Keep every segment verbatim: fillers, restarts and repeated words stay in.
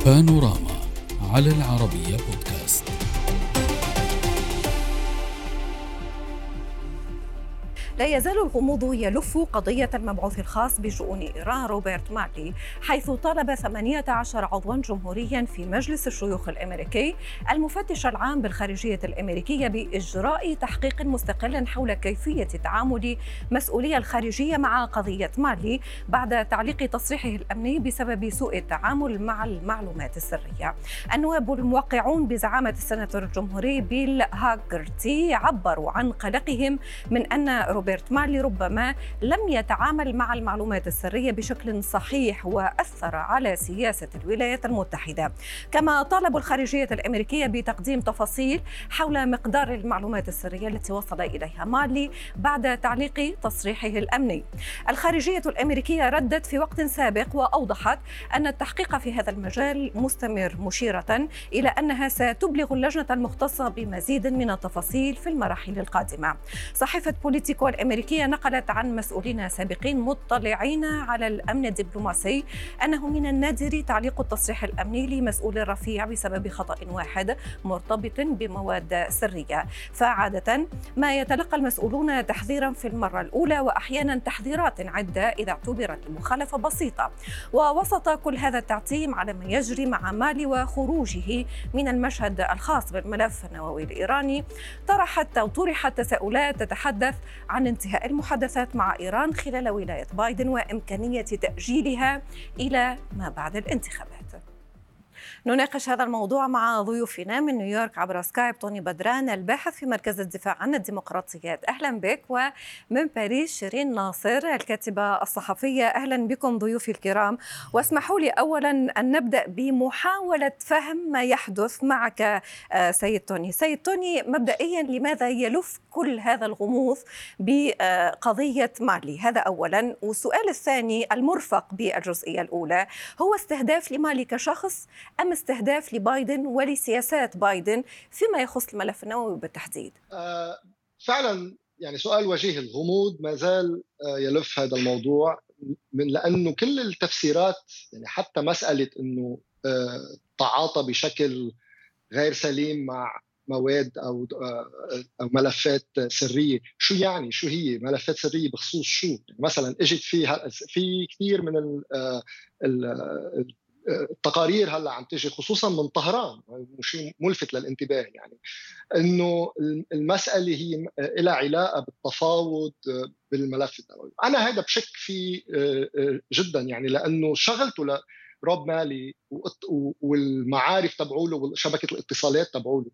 بانوراما على العربية بودكاست. لا يزال الغموض يلف قضية المبعوث الخاص بشؤون إيران روبرت مالي، حيث طالب ثمانية عشر عضواً جمهورياً في مجلس الشيوخ الأمريكي المفتش العام بالخارجية الأمريكية بإجراء تحقيق مستقل حول كيفية تعامل مسؤولي الخارجية مع قضية مالي بعد تعليق تصريحه الأمني بسبب سوء التعامل مع المعلومات السرية. النواب الموقعون بزعامة السناتور الجمهوري بيل هاغرتي عبروا عن قلقهم من أن روبرت مالي ربما لم يتعامل مع المعلومات السرية بشكل صحيح وأثر على سياسة الولايات المتحدة. كما طالبوا الخارجية الأمريكية بتقديم تفاصيل حول مقدار المعلومات السرية التي وصل إليها مالي بعد تعليق تصريحه الأمني. الخارجية الأمريكية ردت في وقت سابق وأوضحت أن التحقيق في هذا المجال مستمر، مشيرة إلى أنها ستبلغ اللجنة المختصة بمزيد من التفاصيل في المراحل القادمة. صحيفة بوليتيكو الأمريكية نقلت عن مسؤولين سابقين مطلعين على الأمن الدبلوماسي أنه من النادر تعليق التصريح الأمني لمسؤول رفيع بسبب خطأ واحد مرتبط بمواد سرية، فعادة ما يتلقى المسؤولون تحذيرا في المرة الأولى وأحيانا تحذيرات عدة إذا اعتبرت المخالفة بسيطة. ووسط كل هذا التعتيم على ما يجري مع مالي وخروجه من المشهد الخاص بالملف النووي الإيراني، طرحت أو طرحت تساؤلات تتحدث عن انتهاء المحادثات مع إيران خلال ولاية بايدن وإمكانية تأجيلها إلى ما بعد الانتخابات. نناقش هذا الموضوع مع ضيوفنا من نيويورك عبر سكايب طوني بدران الباحث في مركز الدفاع عن الديمقراطيات، أهلا بك، ومن باريس شيرين ناصر الكاتبة الصحفية. أهلا بكم ضيوفي الكرام. واسمحوا لي أولا أن نبدأ بمحاولة فهم ما يحدث معك سيد توني. سيد توني، مبدئيا لماذا يلف كل هذا الغموض بقضية مالي؟ هذا أولا. والسؤال الثاني المرفق بالجزئية الأولى، هو استهداف لمالي كشخص أم استهداف لبايدن ولسياسات بايدن فيما يخص الملف النووي بالتحديد؟ آه فعلا يعني سؤال وجيه. الغموض ما زال آه يلف هذا الموضوع، من لأنه كل التفسيرات، يعني حتى مسألة أنه آه تعاطى بشكل غير سليم مع مواد أو, آه أو ملفات سرية. شو يعني؟ شو هي ملفات سرية بخصوص شو؟ يعني مثلا اجت في في كثير من ال ال التقارير هلا عم تجي خصوصا من طهران، شيء ملفت للانتباه، يعني انه المساله هي لها علاقه بالتفاوض بالملف النووي. انا هذا بشك فيه جدا، يعني لانه شغلته لروب مالي والمعارف تبعوله وشبكه الاتصالات تبعوله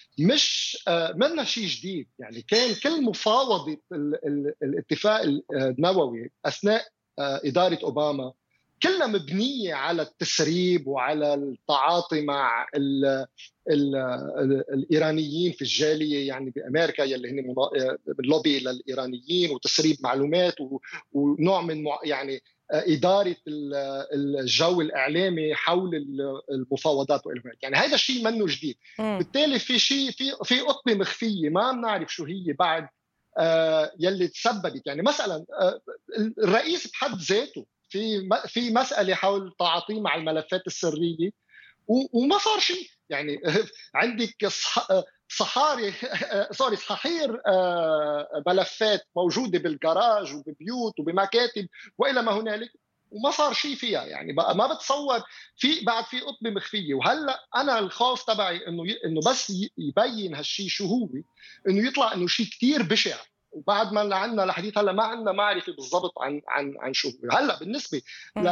مش منا شيء جديد. يعني كان كل مفاوضه الاتفاق النووي اثناء اداره اوباما كلها مبنية على التسريب وعلى التعاطي مع ال ال ال الإيرانيين في الجالية، يعني بأمريكا يلي هن لوبي للإيرانيين، وتسريب معلومات ونوع من يعني إدارة الجو الإعلامي حول المفاوضات وإلى ذلك. يعني هذا الشيء منه جديد. بالتالي في شيء في في قطبة مخفية ما بنعرف شو هي بعد يلي تسببت. يعني مثلا الرئيس بحد ذاته في في مسألة حول تعاطيه مع الملفات السرية وما صار شيء. يعني عندك صحاري سوري صحيح ملفات موجودة بالجراج وببيوت وبمكاتب وإلى ما هنالك وما صار شيء فيها. يعني بقى ما بتصور في بعد في قطبة مخفية. وهلا أنا الخوف تبعي إنه إنه بس يبين هالشيء شو هو، إنه يطلع إنه شيء كتير بشع، وبعد ما عندنا الحديث هلا ما عندنا معرفه بالضبط عن عن عن شو هلا بالنسبه ل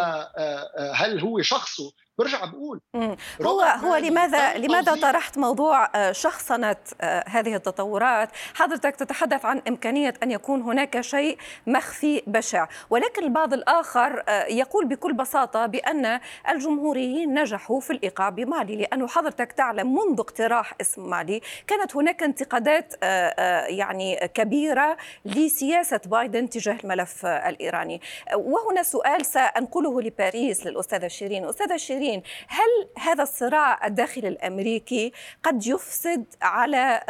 هل هو شخصه. برجع بقول هو هو لماذا لماذا طرحت موضوع شخصنة هذه التطورات؟ حضرتك تتحدث عن إمكانية أن يكون هناك شيء مخفي بشع، ولكن البعض الآخر يقول بكل بساطة بأن الجمهوريين نجحوا في الإيقاع بمالي، لأنه حضرتك تعلم منذ اقتراح اسم مالي كانت هناك انتقادات يعني كبيرة لسياسة بايدن تجاه الملف الإيراني. وهنا سؤال سأنقله لباريس للأستاذة شيرين. أستاذة شيرين، هل هذا الصراع الداخلي الأمريكي قد يفسد على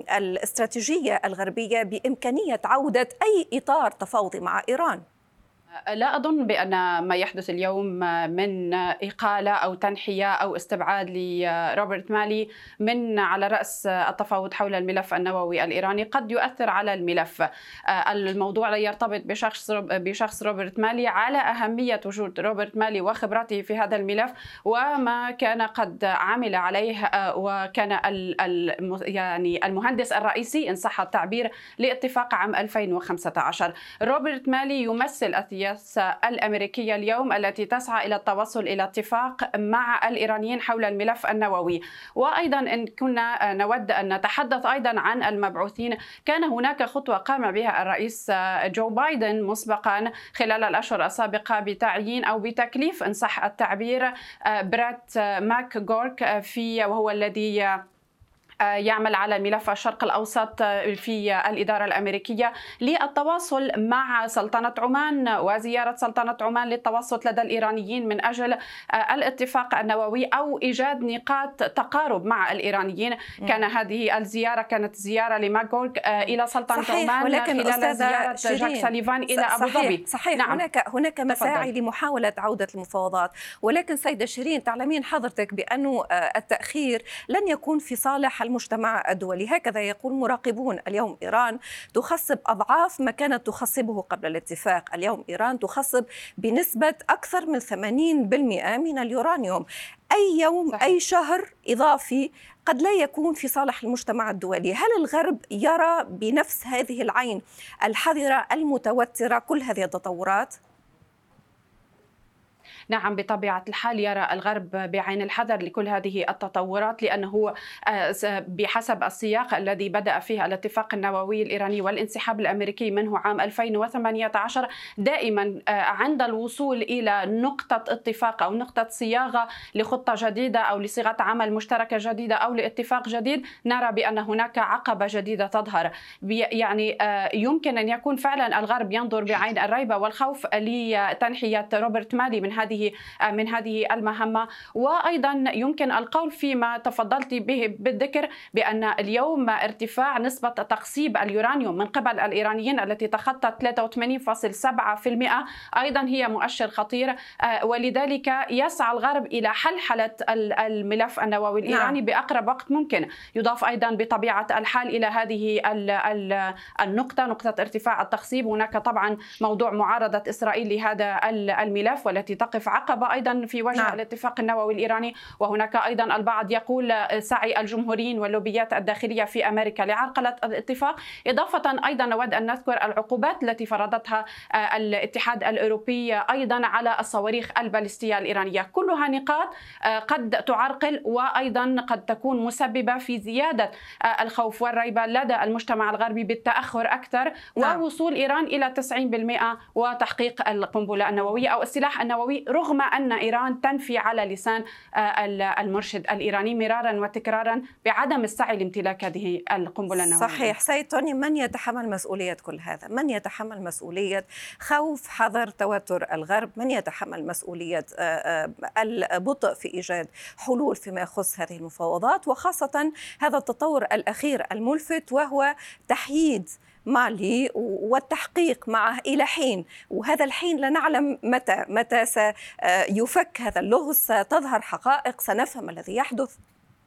الاستراتيجية الغربية بإمكانية عودة أي إطار تفاوضي مع إيران؟ لا أظن بأن ما يحدث اليوم من إقالة أو تنحية أو استبعاد لروبرت مالي من على رأس التفاوض حول الملف النووي الإيراني قد يؤثر على الملف. الموضوع لا يرتبط بشخص بشخص روبرت مالي، على أهمية وجود روبرت مالي وخبرته في هذا الملف وما كان قد عمل عليه، وكان يعني المهندس الرئيسي إن صح التعبير لاتفاق عام ألفين وخمسة عشر. روبرت مالي يمثل السياسة الأمريكية اليوم التي تسعى إلى التوصل إلى اتفاق مع الإيرانيين حول الملف النووي. وأيضا إن كنا نود أن نتحدث أيضا عن المبعوثين، كان هناك خطوة قام بها الرئيس جو بايدن مسبقا خلال الأشهر السابقة بتعيين أو بتكليف إن صح التعبير برات ماك جورك في وهو الذي يعمل على ملف الشرق الأوسط في الإدارة الأمريكية للتواصل مع سلطنة عمان وزيارة سلطنة عمان للتوسط لدى الإيرانيين من أجل الاتفاق النووي أو إيجاد نقاط تقارب مع الإيرانيين. كان هذه الزيارة كانت زيارة لماكورك إلى سلطنة صحيح، عمان ولكن خلال زيارة جاك ساليفان إلى أبو ظبي. صحيح، نعم. هناك هناك مساعي تفضل. لمحاولة عودة المفاوضات، ولكن سيدة شيرين تعلمين حضرتك بأن التأخير لن يكون في صالح المجتمع الدولي. هكذا يقول مراقبون. اليوم إيران تخصب أضعاف ما كانت تخصبه قبل الاتفاق. اليوم إيران تخصب بنسبة أكثر من ثمانين بالمئة من اليورانيوم. أي يوم صحيح. أي شهر إضافي قد لا يكون في صالح المجتمع الدولي. هل الغرب يرى بنفس هذه العين الحذرة المتوترة كل هذه التطورات؟ نعم، بطبيعة الحال يرى الغرب بعين الحذر لكل هذه التطورات، لأنه بحسب السياق الذي بدأ فيه الاتفاق النووي الإيراني والانسحاب الأمريكي منه عام ألفين وثمانية عشر، دائما عند الوصول إلى نقطة اتفاق أو نقطة صياغة لخطة جديدة أو لصيغة عمل مشتركة جديدة أو لاتفاق جديد، نرى بأن هناك عقبة جديدة تظهر. يعني يمكن أن يكون فعلا الغرب ينظر بعين الريبة والخوف لتنحية روبرت مالي من هذه من هذه المهمة. وأيضا يمكن القول فيما تفضلت به بالذكر بأن اليوم ارتفاع نسبة تخصيب اليورانيوم من قبل الإيرانيين التي تخطت ثلاثة وثمانين فاصلة سبعة بالمئة أيضا هي مؤشر خطير، ولذلك يسعى الغرب إلى حلحلة الملف النووي الإيراني نعم. بأقرب وقت ممكن. يضاف أيضا بطبيعة الحال إلى هذه النقطة نقطة ارتفاع التخصيب هناك طبعا موضوع معارضة إسرائيل لهذا الملف والتي تقف عقبة أيضا في وجه نعم. الاتفاق النووي الإيراني. وهناك أيضا البعض يقول سعي الجمهوريين واللوبيات الداخلية في أمريكا لعرقلة الاتفاق. إضافة أيضا نود أن نذكر العقوبات التي فرضتها الاتحاد الأوروبي أيضا على الصواريخ البالستية الإيرانية. كلها نقاط قد تعرقل وأيضا قد تكون مسببة في زيادة الخوف والريبة لدى المجتمع الغربي بالتأخر أكثر نعم. ووصول إيران إلى تسعين بالمئة وتحقيق القنبلة النووية أو السلاح النووي، رغم أن إيران تنفي على لسان المرشد الإيراني مرارا وتكرارا بعدم السعي لامتلاك هذه القنبلة النووية. صحيح. سيد توني، من يتحمل مسؤولية كل هذا؟ من يتحمل مسؤولية خوف حذر توتر الغرب؟ من يتحمل مسؤولية البطء في إيجاد حلول فيما يخص هذه المفاوضات، وخاصة هذا التطور الأخير الملفت وهو تحييد مالي والتحقيق معه إلى حين، وهذا الحين لا نعلم متى متى سيفك هذا اللغز، ستظهر حقائق، سنفهم الذي يحدث.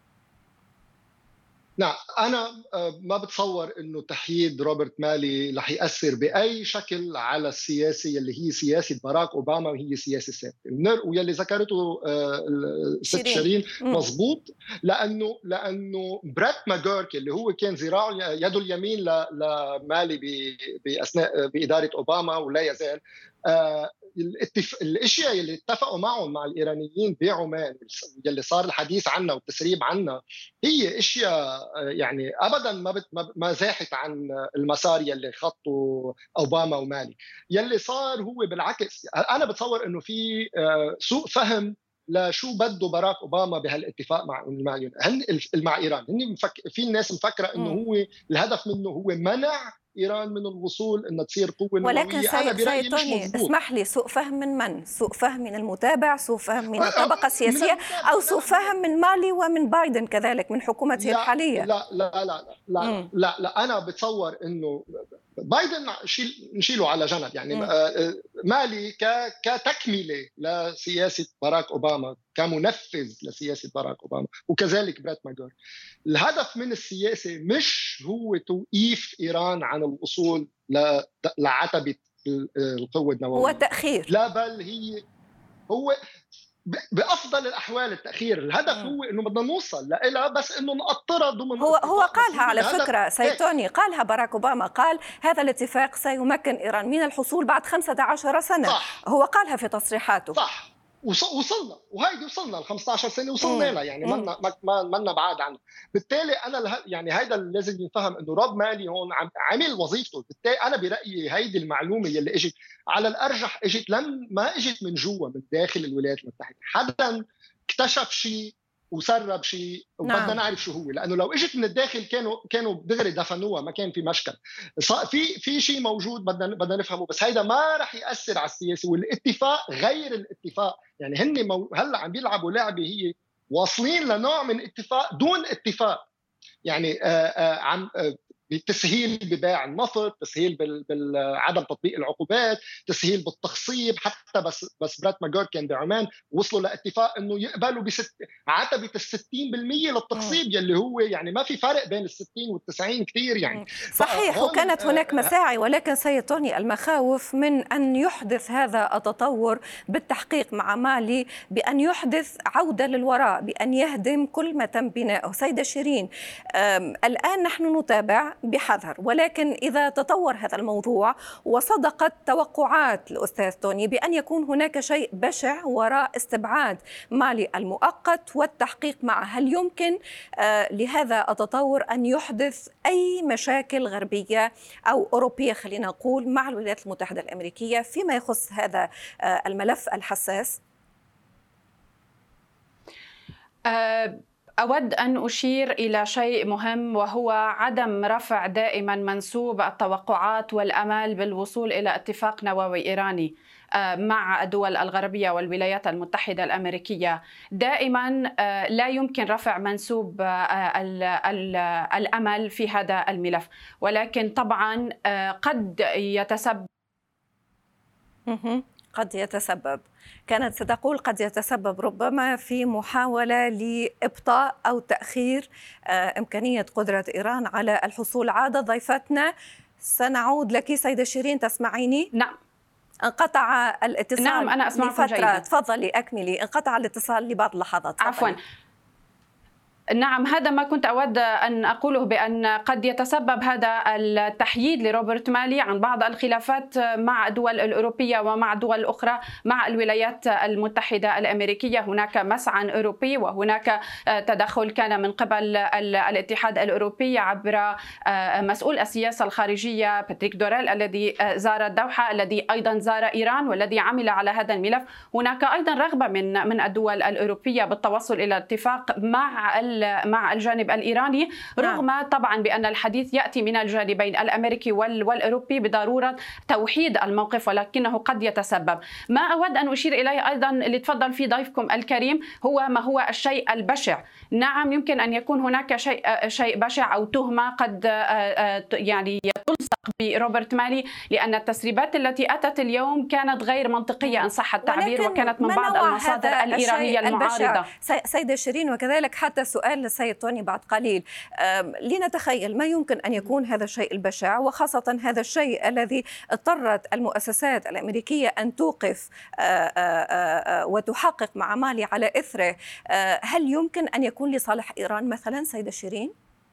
نعم، أنا ما بتصور إنه تحييد روبرت مالي رح يأثر بأي شكل على السياسة اللي هي سياسة باراك أوباما وهي سياسة ثابتة، واللي ذكرته الست شيرين مضبوط، لأنه لأنه برات ماجورك اللي هو كان ذراعه يده اليمين لمالي بأثناء بإدارة أوباما ولا يزال، الاشياء اللي اتفقوا معهم مع الايرانيين بعمان واللي صار الحديث عنها والتسريب عنها هي اشياء يعني ابدا ما بت ما زاحت عن المسار يلي خطه اوباما ومالي. يلي صار هو بالعكس، انا بتصور انه في سوء فهم لشو بده باراك اوباما بهالاتفاق مع مع مع ايران. هن مفك... في الناس مفكره انه هو الهدف منه هو منع إيران من الوصول أن تصير قوة نووية. ولكن سيد توني اسمح لي، سوء فهم من من؟ سوء فهم من المتابع، سوء فهم من الطبقة السياسية، أو سوء فهم من مالي ومن بايدن كذلك من حكومته لا الحالية؟ لا لا لا لا لا, لا, لا, لا أنا بتصور أنه بايدن شيل نشيله على جنب، يعني م. مالي كتكمله لسياسه باراك اوباما، كمنفذ لسياسه باراك اوباما، وكذلك بريت ماجور. الهدف من السياسه مش هو توقيف ايران عن الوصول لعتبه القوه النوويه، هو تاخير، لا بل هي هو بافضل الاحوال التاخير. الهدف م. هو انه بدنا نوصل لها، بس انه نقطرها ضمن هو هو قالها على فكره سيد توني، قالها باراك اوباما، قال هذا الاتفاق سيمكن ايران من الحصول بعد خمسة عشر سنه. صح. هو قالها في تصريحاته. صح، وصلنا، وهيدي وصلنا ل خمسة عشر سنه وصلنا لها، يعني ما ما ما بعاد عنه. بالتالي انا يعني هيدا اللي لازم يفهم، انه روب مالي هون عمل وظيفته. بالتالي انا برايي هيدي المعلومه اللي اجت على الارجح اجت لم ما اجت من جوا من داخل الولايات المتحده، حدا اكتشف شيء وسرب شيء وبدنا نعم. نعرف شو هو، لانه لو اجت من الداخل كانوا كانوا دغري دفنوها، ما كان في مشكل. في في شيء موجود بدنا بدنا نفهمه، بس هيدا ما رح ياثر على السياسه. والاتفاق غير الاتفاق، يعني هن مو... هلا عم بيلعبوا لعبه، هي واصلين لنوع من اتفاق دون اتفاق، يعني آآ آآ عم آآ بالتسهيل ببيع النفط، تسهيل بعدم تطبيق العقوبات، تسهيل بالتخصيب. حتى بس بس بريت ماجور كان بعمان وصلوا لاتفاق انه يقبلوا بست عتبه ال ستين بالمئة للتخصيب، يلي هو يعني ما في فرق بين ال ستين وال تسعين كثير يعني. صحيح، وكانت هناك مساعي، ولكن سيد توني المخاوف من ان يحدث هذا التطور بالتحقيق مع مالي بان يحدث عوده للوراء، بان يهدم كل ما تم بناؤه. سيدة شيرين، الان نحن نتابع بحذر، ولكن إذا تطور هذا الموضوع وصدقت توقعات الأستاذ توني بأن يكون هناك شيء بشع وراء استبعاد مالي المؤقت والتحقيق معه، هل يمكن لهذا التطور أن يحدث أي مشاكل غربية أو أوروبية خلينا نقول مع الولايات المتحدة الأمريكية فيما يخص هذا الملف الحساس؟ أه أود أن أشير إلى شيء مهم، وهو عدم رفع دائما منسوب التوقعات والأمال بالوصول إلى اتفاق نووي إيراني مع الدول الغربية والولايات المتحدة الأمريكية. دائما لا يمكن رفع منسوب الأمل في هذا الملف، ولكن طبعا قد يتسبب قد يتسبب كانت ستقول قد يتسبب ربما في محاولة لإبطاء أو تأخير إمكانية قدرة إيران على الحصول. عادة ضيفتنا، سنعود لك سيدة شيرين، تسمعيني؟ نعم. انقطع الاتصال. نعم أنا أسمعكم جيدا. تفضلي أكملي. انقطع الاتصال لبعض اللحظات. عفوا. نعم، هذا ما كنت أود أن أقوله، بأن قد يتسبب هذا التحييد لروبرت مالي عن بعض الخلافات مع الدول الأوروبية ومع دول أخرى مع الولايات المتحدة الأمريكية. هناك مسعى أوروبي وهناك تدخل كان من قبل الاتحاد الأوروبي عبر مسؤول السياسة الخارجية باتريك دوريل الذي زار الدوحة، الذي أيضا زار إيران والذي عمل على هذا الملف. هناك أيضا رغبة من من الدول الأوروبية بالتوصل إلى اتفاق مع مع الجانب الإيراني، رغم طبعا بأن الحديث يأتي من الجانبين الأمريكي والأوروبي بضرورة توحيد الموقف، ولكنه قد يتسبب. ما أود أن أشير إليه أيضا اللي تفضل فيه ضيفكم الكريم هو ما هو الشيء البشع. نعم، يمكن أن يكون هناك شيء شيء بشع أو تهمة قد يعني تلصق بروبرت مالي، لأن التسريبات التي أتت اليوم كانت غير منطقية إن صح التعبير، وكانت من بعض المصادر الإيرانية المعارضة. سيدة شيرين، وكذلك حتى سؤال للسيد توني بعد قليل، لنتخيل ما يمكن أن يكون هذا الشيء البشع، وخاصة هذا الشيء الذي اضطرت المؤسسات الأمريكية أن توقف وتحقق مع مالي على إثره. هل يمكن أن يكون لصالح إيران مثلا سيدة شيرين؟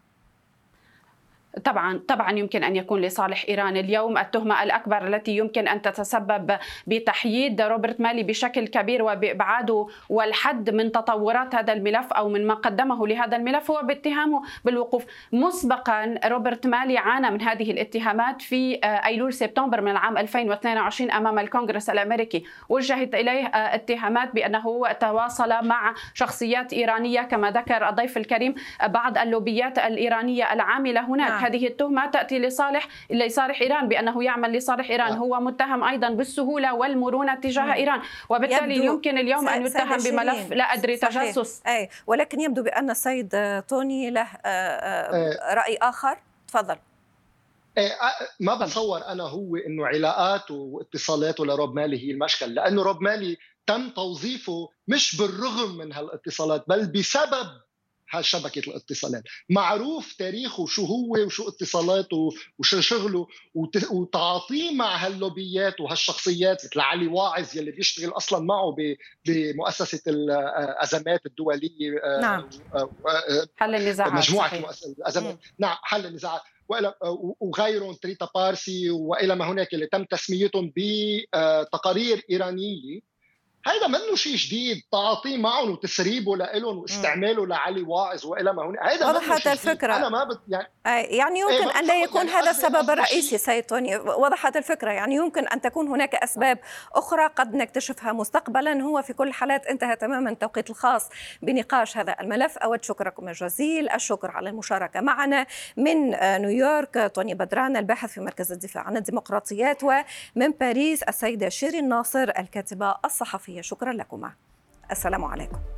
طبعا طبعا يمكن أن يكون لصالح إيران. اليوم التهمة الأكبر التي يمكن أن تتسبب بتحييد روبرت مالي بشكل كبير وبإبعاده والحد من تطورات هذا الملف أو من ما قدمه لهذا الملف هو باتهامه بالوقوف. مسبقا روبرت مالي عانى من هذه الاتهامات في أيلول سبتمبر من العام ألفين واثنين وعشرين أمام الكونغرس الأمريكي. وجهت إليه اتهامات بأنه تواصل مع شخصيات إيرانية كما ذكر الضيف الكريم بعض اللوبيات الإيرانية العاملة هناك. نعم. هذه التهمة تأتي لصالح لصالح إيران بأنه يعمل لصالح إيران. نعم. هو متهم أيضا بالسهولة والمرونة تجاه نعم. إيران، وبالتالي يمكن اليوم أن يتهم بملف لا أدري تجسس. أي، ولكن يبدو بأن السيد توني له رأي آخر. تفضل. ما بتصور أنا هو إنه علاقاته واتصالاته لروب مالي هي المشكل، لأنه روب مالي تم توظيفه مش بالرغم من هالاتصالات بل بسبب هالشبكة الاتصالات. معروف تاريخه شو هو وشو اتصالاته وشو شغله وتعاطيه مع هاللوبيات وهالشخصيات مثل علي واعظ يلي بيشتغل أصلا معه بمؤسسة الأزمات الدولية. نعم. حل النزاعات. مجموعة الأزمات. نعم حل النزاعات وغيرهم تريتا بارسي وإلى ما هناك اللي تم تسميتهم بتقارير إيرانية. هذا منه شيء جديد، تعاطيه معهم وتسريبه لهم واستعماله لعلي واعظ وإلى ما هناك. هذا وضحت الفكرة. أنا ما بت... يعني... يعني يمكن أن لا يكون يعني هذا السبب الرئيسي سيد توني. وضحت الفكرة. يعني يمكن أن تكون هناك أسباب أخرى قد نكتشفها مستقبلا. هو في كل الحالات انتهى تماما التوقيت الخاص بنقاش هذا الملف. أود شكركم الجزيل، الشكر على المشاركة معنا من نيويورك توني بدران الباحث في مركز الدفاع عن الديمقراطيات، ومن باريس السيدة شيرين ناصر الكاتبة الصحفية. شكرا لكما. السلام عليكم.